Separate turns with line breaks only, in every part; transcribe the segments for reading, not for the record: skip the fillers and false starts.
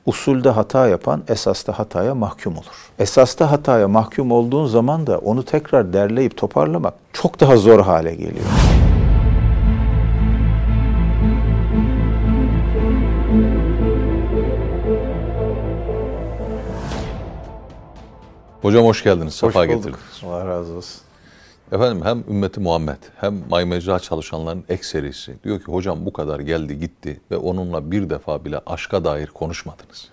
Usulde hata yapan esasta hataya mahkum olur. Esasta hataya mahkum olduğun zaman da onu tekrar derleyip toparlamak çok daha zor hale geliyor.
Hocam hoş geldiniz, sefa getirdiniz.
Allah razı olsun.
Efendim hem ümmeti Muhammed hem May Mecra çalışanların ekserisi diyor ki hocam bu kadar geldi gitti ve onunla bir defa bile aşka dair konuşmadınız.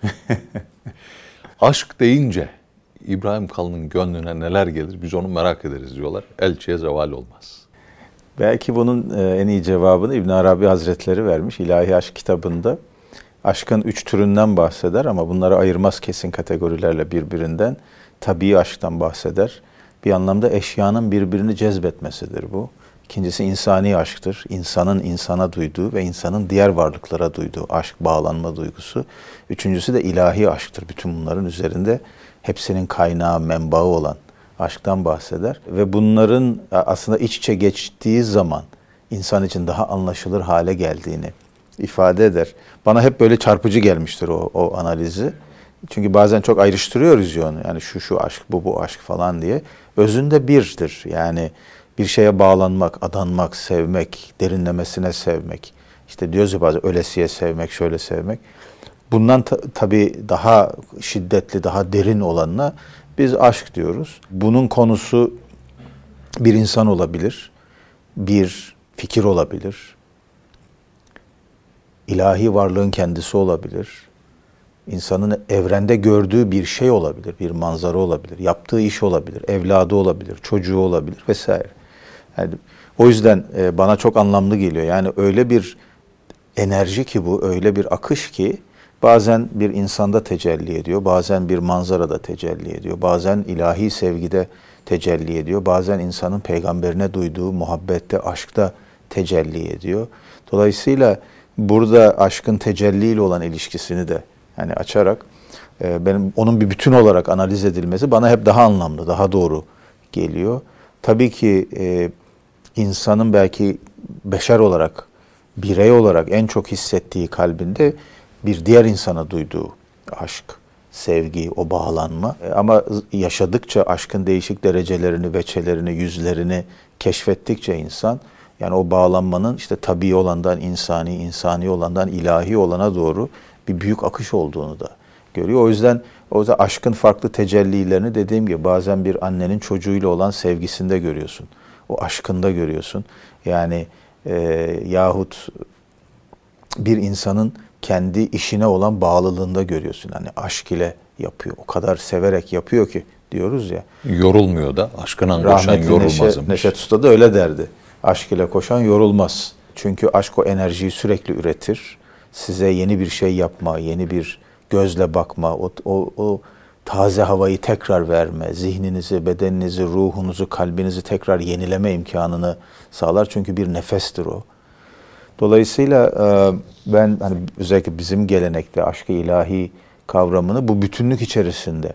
Aşk deyince İbrahim Kalın'ın gönlüne neler gelir biz onu merak ederiz diyorlar. Elçiye zeval olmaz.
Belki bunun en iyi cevabını İbn Arabi Hazretleri vermiş İlahi Aşk kitabında. Aşkın 3 türünden bahseder ama bunları ayırmaz kesin kategorilerle birbirinden. Tabii aşktan bahseder. Bir anlamda eşyanın birbirini cezbetmesidir bu. İkincisi insani aşktır. İnsanın insana duyduğu ve insanın diğer varlıklara duyduğu aşk, bağlanma duygusu. Üçüncüsü de ilahi aşktır. Bütün bunların üzerinde hepsinin kaynağı, menbaı olan aşktan bahseder. Ve bunların aslında iç içe geçtiği zaman insan için daha anlaşılır hale geldiğini ifade eder. Bana hep böyle çarpıcı gelmiştir o analizi. Çünkü bazen çok ayrıştırıyoruz ya onu. Yani şu aşk, bu aşk falan diye. Özünde birdir. Yani bir şeye bağlanmak, adanmak, sevmek, derinlemesine sevmek. İşte diyoruz ya bazen ölesiye sevmek, şöyle sevmek. Bundan tabii daha şiddetli, daha derin olanına biz aşk diyoruz. Bunun konusu bir insan olabilir, bir fikir olabilir, ilahi varlığın kendisi olabilir. İnsanın evrende gördüğü bir şey olabilir, bir manzara olabilir, yaptığı iş olabilir, evladı olabilir, çocuğu olabilir vesaire. Yani o yüzden bana çok anlamlı geliyor. Yani öyle bir enerji ki bu, öyle bir akış ki bazen bir insanda tecelli ediyor, bazen bir manzarada tecelli ediyor, bazen ilahi sevgide tecelli ediyor, bazen insanın peygamberine duyduğu muhabbette, aşkta tecelli ediyor. Dolayısıyla burada aşkın tecelliyle olan ilişkisini de yani açarak benim onun bir bütün olarak analiz edilmesi bana hep daha anlamlı, daha doğru geliyor. Tabii ki insanın belki beşer olarak, birey olarak en çok hissettiği kalbinde bir diğer insana duyduğu aşk, sevgi, o bağlanma. Ama yaşadıkça aşkın değişik derecelerini, veçelerini, yüzlerini keşfettikçe insan yani o bağlanmanın işte tabii olandan insani, insani olandan ilahi olana doğru bir büyük akış olduğunu da görüyor. O yüzden aşkın farklı tecellilerini dediğim gibi bazen bir annenin çocuğuyla olan sevgisinde görüyorsun. O aşkında görüyorsun. Yani yahut bir insanın kendi işine olan bağlılığında görüyorsun. Hani aşk ile yapıyor. O kadar severek yapıyor ki diyoruz ya.
Yorulmuyor da aşkına koşan yorulmaz.
Neşet Usta da öyle derdi. Aşk ile koşan yorulmaz. Çünkü aşk o enerjiyi sürekli üretir. Size yeni bir şey yapma, yeni bir gözle bakma, o taze havayı tekrar verme, zihninizi, bedeninizi, ruhunuzu, kalbinizi tekrar yenileme imkanını sağlar. Çünkü bir nefestir o. Dolayısıyla ben hani özellikle bizim gelenekte aşk-ı ilahi kavramını bu bütünlük içerisinde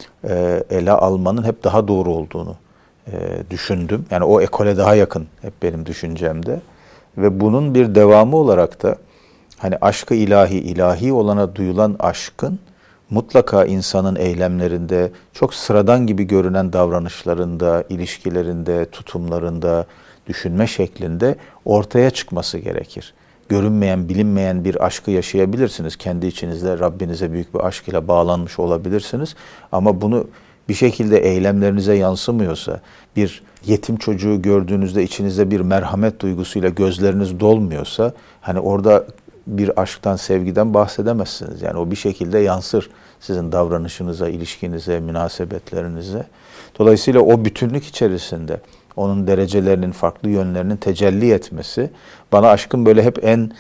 ele almanın hep daha doğru olduğunu düşündüm. Yani o ekole daha yakın hep benim düşüncemde. Ve bunun bir devamı olarak da hani aşk-ı ilahi, ilahi olana duyulan aşkın mutlaka insanın eylemlerinde, çok sıradan gibi görünen davranışlarında, ilişkilerinde, tutumlarında, düşünme şeklinde ortaya çıkması gerekir. Görünmeyen, bilinmeyen bir aşkı yaşayabilirsiniz. Kendi içinizde Rabbinize büyük bir aşk ile bağlanmış olabilirsiniz. Ama bunu bir şekilde eylemlerinize yansımıyorsa, bir yetim çocuğu gördüğünüzde içinizde bir merhamet duygusuyla gözleriniz dolmuyorsa, hani orada bir aşktan, sevgiden bahsedemezsiniz. Yani o bir şekilde yansır sizin davranışınıza, ilişkinize, münasebetlerinize. Dolayısıyla o bütünlük içerisinde onun derecelerinin, farklı yönlerinin tecelli etmesi bana aşkın böyle hep en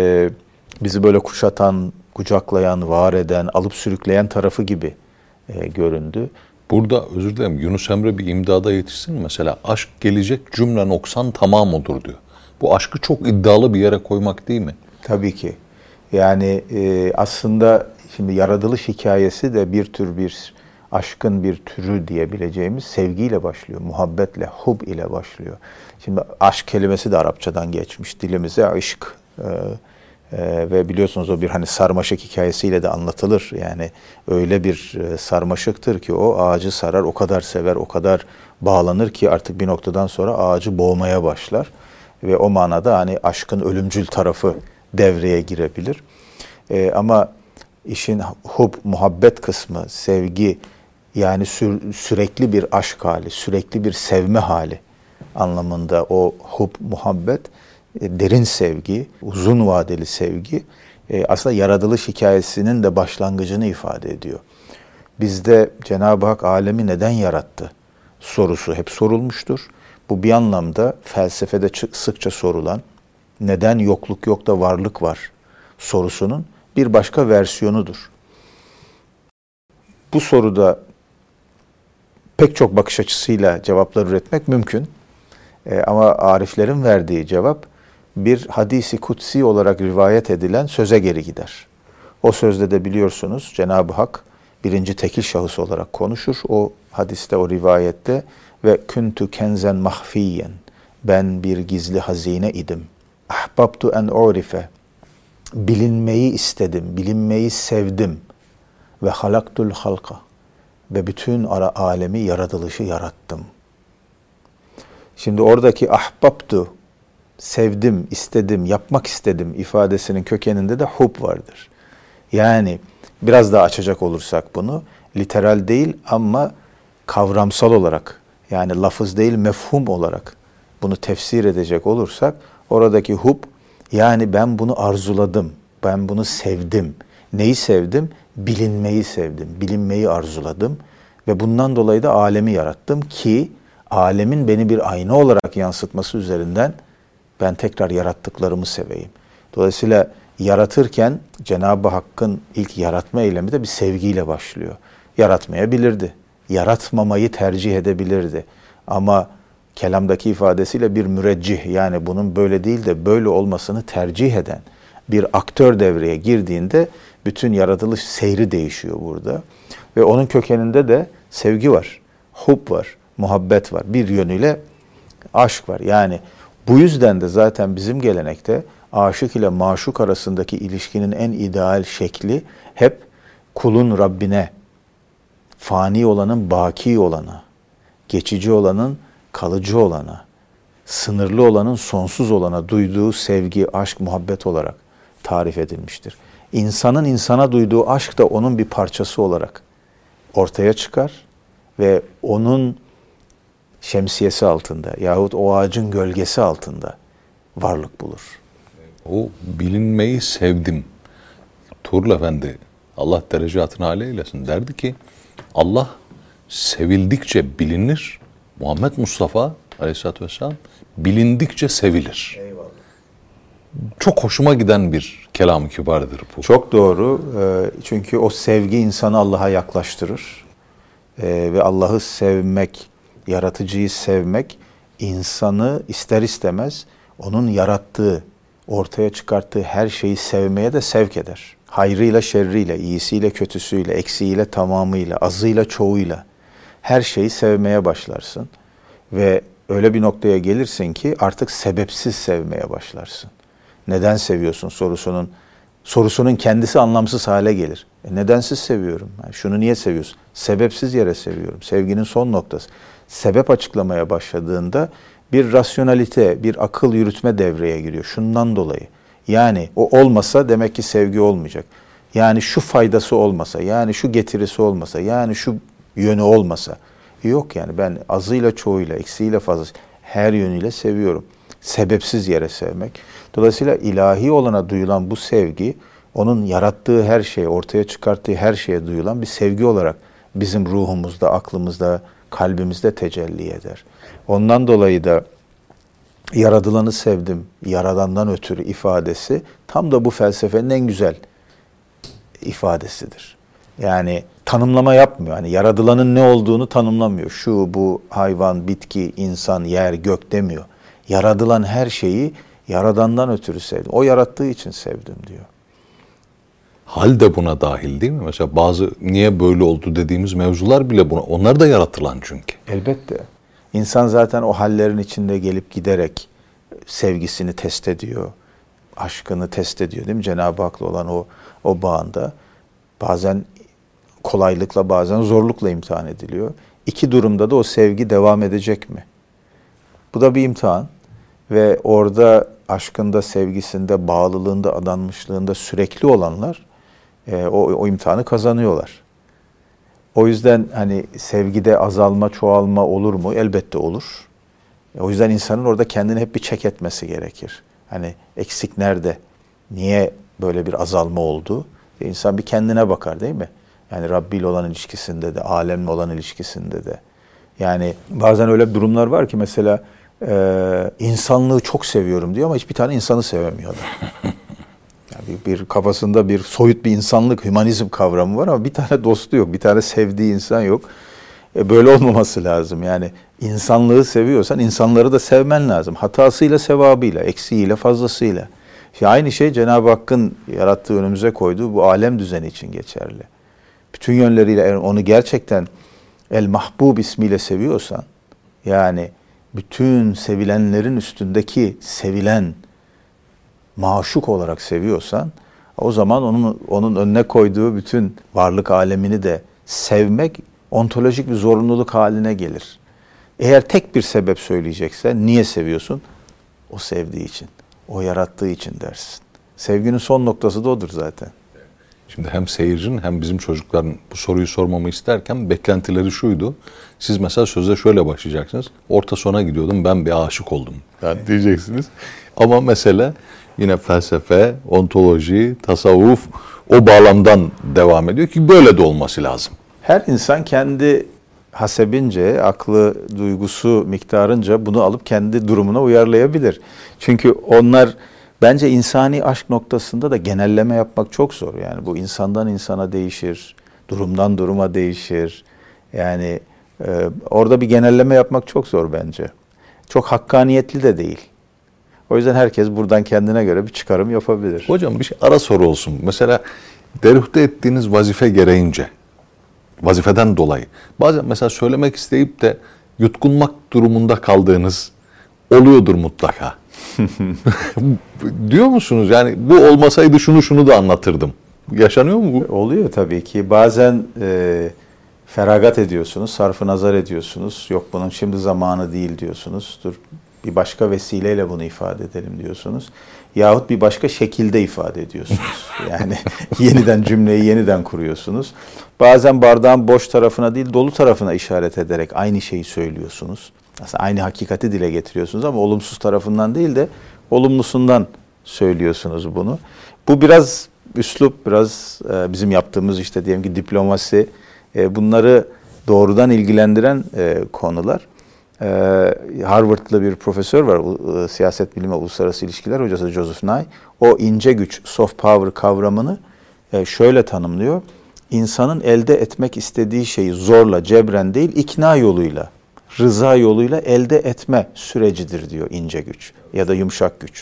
bizi böyle kuşatan, kucaklayan, var eden, alıp sürükleyen tarafı gibi göründü.
Burada özür dilerim Yunus Emre bir imdada yetişsin. Mesela aşk gelecek cümle noksan tamam olur diyor. Bu aşkı çok iddialı bir yere koymak değil mi?
Tabii ki. Yani aslında şimdi yaratılış hikayesi de bir tür bir aşkın bir türü diyebileceğimiz sevgiyle başlıyor. Muhabbetle, hub ile başlıyor. Şimdi aşk kelimesi de Arapçadan geçmiş dilimize aşk. Ve biliyorsunuz o bir hani sarmaşık hikayesiyle de anlatılır. Yani öyle bir sarmaşıktır ki o ağacı sarar, o kadar sever, o kadar bağlanır ki artık bir noktadan sonra ağacı boğmaya başlar. Ve o manada hani aşkın ölümcül tarafı devreye girebilir. Ama işin muhabbet kısmı, sevgi, yani sürekli bir aşk hali, sürekli bir sevme hali anlamında o muhabbet, derin sevgi, uzun vadeli sevgi aslında yaratılış hikayesinin de başlangıcını ifade ediyor. Bizde Cenab-ı Hak alemi neden yarattı sorusu hep sorulmuştur. Bu bir anlamda felsefede sıkça sorulan neden yokluk yok da varlık var sorusunun bir başka versiyonudur. Bu soruda pek çok bakış açısıyla cevaplar üretmek mümkün. Ama ariflerin verdiği cevap bir hadisi kutsi olarak rivayet edilen söze geri gider. O sözde de biliyorsunuz Cenab-ı Hak birinci tekil şahıs olarak konuşur. O hadiste, o rivayette ve kuntu kenzen mahfiyen, ben bir gizli hazine idim. Ahbabtu en urife, bilinmeyi istedim, bilinmeyi sevdim. Ve halaktul halka, ve bütün alemi, yaratılışı yarattım. Şimdi oradaki ahbabtu, sevdim, istedim, yapmak istedim ifadesinin kökeninde de hub vardır. Yani biraz daha açacak olursak bunu, literal değil ama kavramsal olarak, yani lafız değil mefhum olarak bunu tefsir edecek olursak, oradaki hub, yani ben bunu arzuladım, ben bunu sevdim. Neyi sevdim? Bilinmeyi sevdim, bilinmeyi arzuladım ve bundan dolayı da alemi yarattım ki alemin beni bir ayna olarak yansıtması üzerinden ben tekrar yarattıklarımı seveyim. Dolayısıyla yaratırken Cenab-ı Hakk'ın ilk yaratma eylemi de bir sevgiyle başlıyor. Yaratmayabilirdi, yaratmamayı tercih edebilirdi ama kelamdaki ifadesiyle bir müreccih, yani bunun böyle değil de böyle olmasını tercih eden bir aktör devreye girdiğinde bütün yaratılış seyri değişiyor burada. Ve onun kökeninde de sevgi var, hub var, muhabbet var. Bir yönüyle aşk var. Yani bu yüzden de zaten bizim gelenekte aşık ile maşuk arasındaki ilişkinin en ideal şekli hep kulun Rabbine, fani olanın baki olana, geçici olanın kalıcı olana, sınırlı olanın sonsuz olana duyduğu sevgi, aşk, muhabbet olarak tarif edilmiştir. İnsanın insana duyduğu aşk da onun bir parçası olarak ortaya çıkar ve onun şemsiyesi altında yahut o ağacın gölgesi altında varlık bulur.
O bilinmeyi sevdim. Tuğrul Efendi, Allah derecatını âli eylesin, derdi ki Allah sevildikçe bilinir, Muhammed Mustafa Aleyhisselatü Vesselam bilindikçe sevilir.
Eyvallah.
Çok hoşuma giden bir kelam-ı kibardır bu.
Çok doğru. Çünkü o sevgi insanı Allah'a yaklaştırır. Ve Allah'ı sevmek, yaratıcıyı sevmek insanı ister istemez onun yarattığı, ortaya çıkarttığı her şeyi sevmeye de sevk eder. Hayrıyla, şerriyle, iyisiyle, kötüsüyle, eksiğiyle, tamamıyla, azıyla, çoğuyla her şeyi sevmeye başlarsın. Ve öyle bir noktaya gelirsin ki artık sebepsiz sevmeye başlarsın. Neden seviyorsun sorusunun kendisi anlamsız hale gelir. Nedensiz seviyorum. Yani şunu niye seviyorsun? Sebepsiz yere seviyorum. Sevginin son noktası. Sebep açıklamaya başladığında bir rasyonalite, bir akıl yürütme devreye giriyor. Şundan dolayı. Yani o olmasa demek ki sevgi olmayacak. Yani şu faydası olmasa, yani şu getirisi olmasa, yani şu yönü olmasa. Yok yani ben azıyla çoğuyla, eksiğiyle fazlasıyla her yönüyle seviyorum. Sebepsiz yere sevmek. Dolayısıyla ilahi olana duyulan bu sevgi, onun yarattığı her şeye, ortaya çıkarttığı her şeye duyulan bir sevgi olarak bizim ruhumuzda, aklımızda, kalbimizde tecelli eder. Ondan dolayı da yaradılanı sevdim, yaradandan ötürü ifadesi tam da bu felsefenin en güzel ifadesidir. Yani tanımlama yapmıyor. Hani yaradılanın ne olduğunu tanımlamıyor. Şu, bu, hayvan, bitki, insan, yer, gök demiyor. Yaradılan her şeyi yaradandan ötürü sevdim. O yarattığı için sevdim diyor.
Hal de buna dahil değil mi? Mesela bazı niye böyle oldu dediğimiz mevzular bile buna. Onlar da yaratılan çünkü.
Elbette. İnsan zaten o hallerin içinde gelip giderek sevgisini test ediyor. aşkını test ediyor değil mi? Cenab-ı Hak'la olan o bağında bazen kolaylıkla bazen zorlukla imtihan ediliyor. İki durumda da o sevgi devam edecek mi? Bu da bir imtihan ve orada aşkında, sevgisinde, bağlılığında, adanmışlığında sürekli olanlar o imtihanı kazanıyorlar. O yüzden hani sevgide azalma, çoğalma olur mu? Elbette olur. O yüzden insanın orada kendini hep bir check etmesi gerekir. Hani eksik nerede? Niye böyle bir azalma oldu? İnsan bir kendine bakar değil mi? Yani Rabbi ile olan ilişkisinde de, alemle olan ilişkisinde de. Yani bazen öyle durumlar var ki mesela insanlığı çok seviyorum diyor ama hiçbir tane insanı sevemiyor adam. Yani bir kafasında bir soyut bir insanlık, hümanizm kavramı var ama bir tane dostu yok, bir tane sevdiği insan yok. Böyle olmaması lazım. Yani insanlığı seviyorsan insanları da sevmen lazım. Hatasıyla, sevabıyla, eksiğiyle, fazlasıyla. İşte aynı şey Cenab-ı Hakk'ın yarattığı, önümüze koyduğu bu alem düzeni için geçerli. Bütün yönleriyle onu gerçekten El Mahbub ismiyle seviyorsan, yani bütün sevilenlerin üstündeki sevilen, maşuk olarak seviyorsan, o zaman onun önüne koyduğu bütün varlık alemini de sevmek ontolojik bir zorunluluk haline gelir. Eğer tek bir sebep söyleyeceksen, niye seviyorsun? O sevdiği için, o yarattığı için dersin. Sevginin son noktası da odur zaten.
Şimdi hem seyircinin hem bizim çocukların bu soruyu sormamı isterken beklentileri şuydu. Siz mesela söze şöyle başlayacaksınız. Orta sona gidiyordum, ben bir aşık oldum. Yani diyeceksiniz. Ama mesele yine felsefe, ontoloji, tasavvuf o bağlamdan devam ediyor ki böyle de olması lazım.
Her insan kendi hasebince, aklı, duygusu miktarınca bunu alıp kendi durumuna uyarlayabilir. Çünkü onlar bence insani aşk noktasında da genelleme yapmak çok zor. Yani bu insandan insana değişir, durumdan duruma değişir. Yani orada bir genelleme yapmak çok zor bence. Çok hakkaniyetli de değil. O yüzden herkes buradan kendine göre bir çıkarım yapabilir.
Hocam bir şey ara soru olsun. Mesela derüfte ettiğiniz vazife gereğince, vazifeden dolayı bazen mesela söylemek isteyip de yutkunmak durumunda kaldığınız oluyordur mutlaka. Diyor musunuz? Yani bu olmasaydı şunu da anlatırdım. Yaşanıyor mu bu?
Oluyor tabii ki. Bazen feragat ediyorsunuz, sarf-ı nazar ediyorsunuz. Yok bunun şimdi zamanı değil diyorsunuz. Dur bir başka vesileyle bunu ifade edelim diyorsunuz. Yahut bir başka şekilde ifade ediyorsunuz. Yani cümleyi yeniden kuruyorsunuz. Bazen bardağın boş tarafına değil dolu tarafına işaret ederek aynı şeyi söylüyorsunuz. Aslında aynı hakikati dile getiriyorsunuz ama olumsuz tarafından değil de olumlusundan söylüyorsunuz bunu. Bu biraz üslup, biraz bizim yaptığımız işte diyelim ki diplomasi, bunları doğrudan ilgilendiren konular. Harvard'lı bir profesör var, siyaset bilimi ve uluslararası ilişkiler hocası Joseph Nye. O ince güç, soft power kavramını şöyle tanımlıyor. İnsanın elde etmek istediği şeyi zorla, cebren değil, ikna yoluyla, rıza yoluyla elde etme sürecidir diyor ince güç ya da yumuşak güç.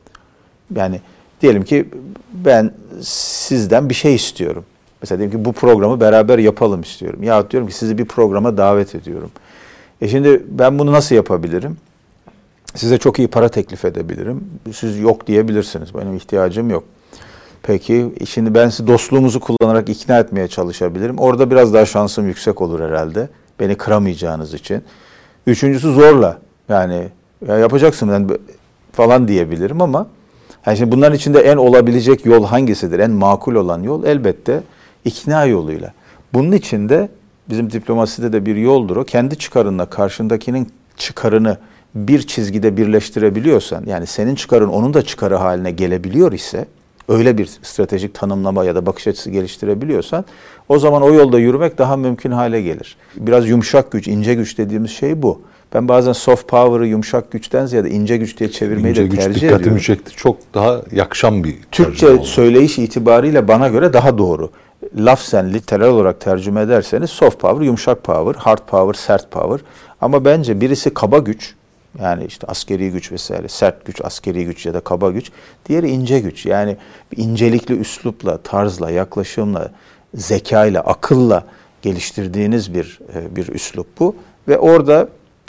Yani diyelim ki ben sizden bir şey istiyorum. Mesela diyelim ki bu programı beraber yapalım istiyorum. Yahut diyorum ki sizi bir programa davet ediyorum. Şimdi ben bunu nasıl yapabilirim? Size çok iyi para teklif edebilirim. Siz yok diyebilirsiniz. Benim ihtiyacım yok. Peki şimdi ben sizi dostluğumuzu kullanarak ikna etmeye çalışabilirim. Orada biraz daha şansım yüksek olur herhalde. Beni kıramayacağınız için. Üçüncüsü zorla. Yani ya yapacaksın ben falan diyebilirim ama yani şimdi bunların içinde en olabilecek yol hangisidir? En makul olan yol elbette ikna yoluyla. Bunun için de bizim diplomaside de bir yoldur o. Kendi çıkarınla karşındakinin çıkarını bir çizgide birleştirebiliyorsan, yani senin çıkarın onun da çıkarı haline gelebiliyor ise, öyle bir stratejik tanımlama ya da bakış açısı geliştirebiliyorsan, o zaman o yolda yürümek daha mümkün hale gelir. Biraz yumuşak güç, ince güç dediğimiz şey bu. Ben bazen soft power'ı yumuşak güçten ziyade ince güç diye çevirmeyi de tercih ediyorum.
Dikkatimi çekti. Çok daha yakışan bir
Türkçe söyleyiş itibariyle bana göre daha doğru. Lafzen, literal olarak tercüme ederseniz soft power, yumuşak power, hard power, sert power. Ama bence birisi kaba güç, yani işte askeri güç vesaire, sert güç, askeri güç ya da kaba güç. Diğeri ince güç. Yani bir incelikli üslupla, tarzla, yaklaşımla, zekayla, akılla geliştirdiğiniz bir üslup bu. Ve orada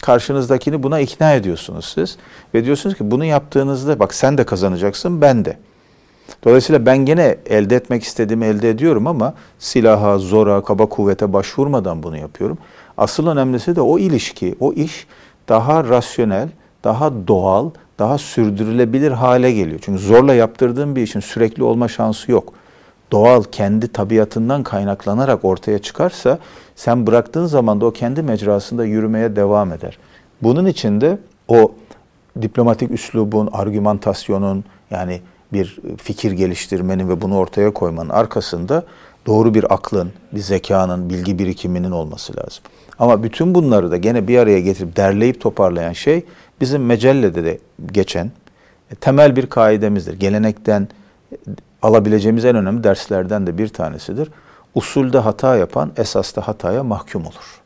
karşınızdakini buna ikna ediyorsunuz siz. Ve diyorsunuz ki bunu yaptığınızda bak sen de kazanacaksın, ben de. Dolayısıyla ben gene elde etmek istediğimi elde ediyorum ama silaha, zora, kaba kuvvete başvurmadan bunu yapıyorum. Asıl önemlisi de o ilişki, o iş daha rasyonel, daha doğal, daha sürdürülebilir hale geliyor. Çünkü zorla yaptırdığım bir işin sürekli olma şansı yok. Doğal, kendi tabiatından kaynaklanarak ortaya çıkarsa sen bıraktığın zaman da o kendi mecrasında yürümeye devam eder. Bunun için de o diplomatik üslubun, argümantasyonun, yani bir fikir geliştirmenin ve bunu ortaya koymanın arkasında doğru bir aklın, bir zekanın, bilgi birikiminin olması lazım. Ama bütün bunları da gene bir araya getirip derleyip toparlayan şey bizim mecellede de geçen temel bir kaidemizdir. Gelenekten alabileceğimiz en önemli derslerden de bir tanesidir. Usulde hata yapan esasta hataya mahkum olur.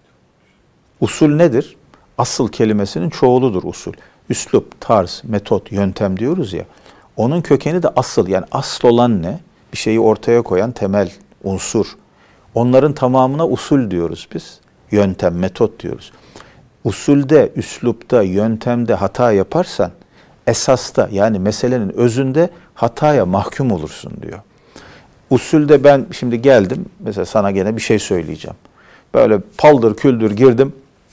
Usul nedir? Asıl kelimesinin çoğuludur usul. Üslup, tarz, metot, yöntem diyoruz ya. Onun kökeni de asıl, yani asıl olan ne? Bir şeyi ortaya koyan temel unsur. Onların tamamına usul diyoruz biz. Yöntem, metot diyoruz. Usulde, üslupta, yöntemde hata yaparsan esasta, yani meselenin özünde hataya mahkum olursun diyor. Usulde ben şimdi geldim, mesela sana gene bir şey söyleyeceğim. Böyle paldır küldür girdim.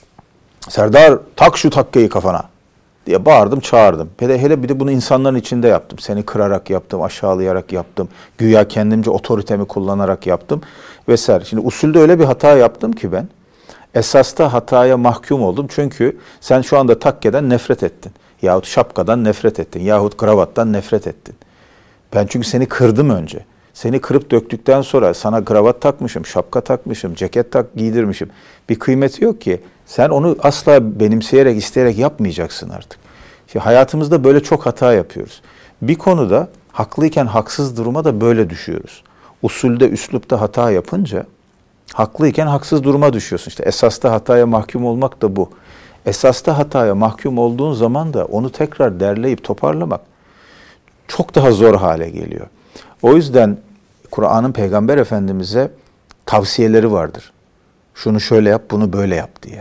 Serdar tak şu takkayı kafana diye bağırdım, çağırdım. Hele bir de bunu insanların içinde yaptım. Seni kırarak yaptım, aşağılayarak yaptım. Güya kendimce otoritemi kullanarak yaptım vesaire. Şimdi usulde öyle bir hata yaptım ki ben. Esasta hataya mahkum oldum. Çünkü sen şu anda takkeden nefret ettin. Yahut şapkadan nefret ettin. Yahut kravattan nefret ettin. Ben çünkü seni kırdım önce. Seni kırıp döktükten sonra sana kravat takmışım, şapka takmışım, ceket giydirmişim. Bir kıymeti yok ki. Sen onu asla benimseyerek, isteyerek yapmayacaksın artık. İşte hayatımızda böyle çok hata yapıyoruz. Bir konuda haklıyken haksız duruma da böyle düşüyoruz. Usulde, üslupta hata yapınca haklıyken haksız duruma düşüyorsun. İşte esasta hataya mahkum olmak da bu. Esasta hataya mahkum olduğun zaman da onu tekrar derleyip toparlamak çok daha zor hale geliyor. O yüzden Kur'an'ın Peygamber Efendimiz'e tavsiyeleri vardır. Şunu şöyle yap, bunu böyle yap diye.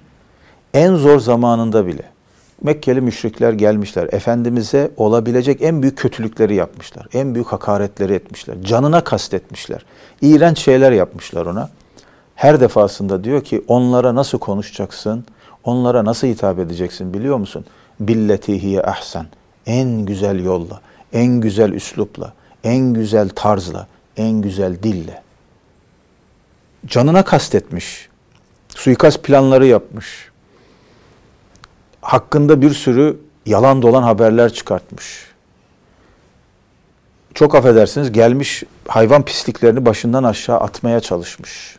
En zor zamanında bile Mekkeli müşrikler gelmişler. Efendimiz'e olabilecek en büyük kötülükleri yapmışlar. En büyük hakaretleri etmişler. Canına kastetmişler. İğrenç şeyler yapmışlar ona. Her defasında diyor ki onlara nasıl konuşacaksın? Onlara nasıl hitap edeceksin biliyor musun? Billeti hiye ahsen. En güzel yolla, en güzel üslupla, en güzel tarzla, en güzel dille. Canına kastetmiş. Suikast planları yapmış. Hakkında bir sürü yalan dolan haberler çıkartmış. Çok affedersiniz, gelmiş hayvan pisliklerini başından aşağı atmaya çalışmış.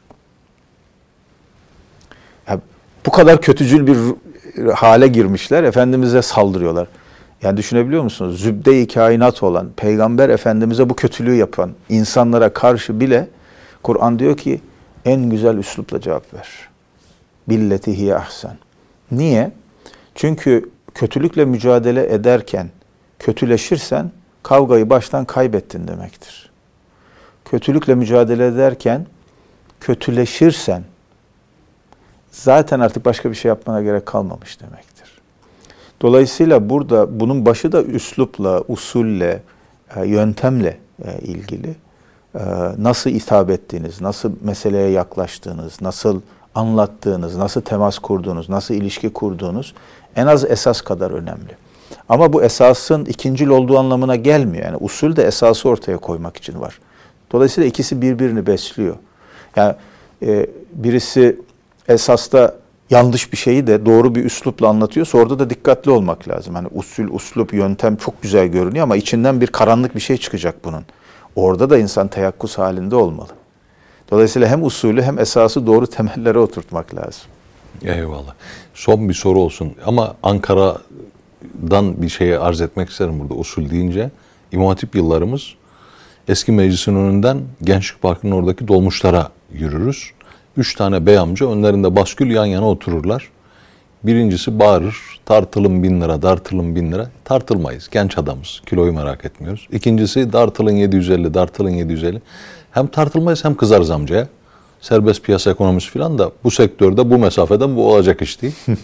Ya, bu kadar kötücül bir hale girmişler, Efendimiz'e saldırıyorlar. Yani düşünebiliyor musunuz? Zübde-i kainat olan, Peygamber Efendimiz'e bu kötülüğü yapan insanlara karşı bile Kur'an diyor ki en güzel üslupla cevap ver. Billeti hiye ahsen. Niye? Çünkü kötülükle mücadele ederken kötüleşirsen kavgayı baştan kaybettin demektir. Kötülükle mücadele ederken kötüleşirsen zaten artık başka bir şey yapmana gerek kalmamış demektir. Dolayısıyla burada bunun başı da üslupla, usulle, yöntemle ilgili. Nasıl hitap ettiğiniz, nasıl meseleye yaklaştığınız, nasıl anlattığınız, nasıl temas kurduğunuz, nasıl ilişki kurduğunuz en az esas kadar önemli. Ama bu esasın ikincil olduğu anlamına gelmiyor. Yani usul de esası ortaya koymak için var. Dolayısıyla ikisi birbirini besliyor. Yani birisi esasta yanlış bir şeyi de doğru bir üslupla anlatıyorsa orada da dikkatli olmak lazım. Hani usul, uslup, yöntem çok güzel görünüyor ama içinden bir karanlık bir şey çıkacak bunun. Orada da insan teyakkuz halinde olmalı. Dolayısıyla hem usulü hem esası doğru temellere oturtmak lazım.
Eyvallah. Son bir soru olsun ama Ankara'dan bir şeye arz etmek isterim burada usul deyince. İmam Hatip yıllarımız eski meclisin önünden Gençlik Parkı'nın oradaki dolmuşlara yürürüz. 3 tane bey amca önlerinde baskül yan yana otururlar. Birincisi bağırır, tartılın 1000 lira, dartılın 1000 lira. Tartılmayız, genç adamız, kiloyu merak etmiyoruz. İkincisi dartılın 750, dartılın 750. Hem tartılmayız hem kızarız amcaya. Serbest piyasa ekonomisi falan da bu sektörde bu mesafeden bu olacak iş değil.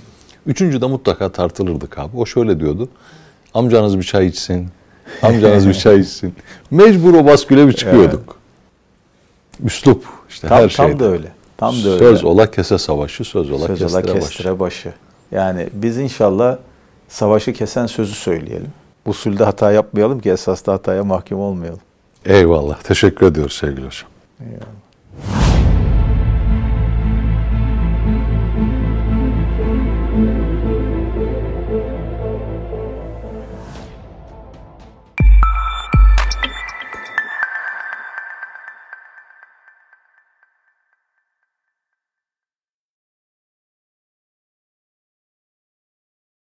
Üçüncüde mutlaka tartılırdık abi. O şöyle diyordu. Amcanız bir çay içsin. Amcanız bir çay içsin. Mecbur o basküle bir çıkıyorduk. Üslup işte her şey.
Tam da öyle. Tam da öyle.
Söz ola kese savaşı, söz ola
Söz ola kestire başı. Yani biz inşallah savaşı kesen sözü söyleyelim. Usulde hata yapmayalım ki esasda hataya mahkum olmayalım.
Eyvallah. Teşekkür ediyoruz sevgili hocam.
Eyvallah.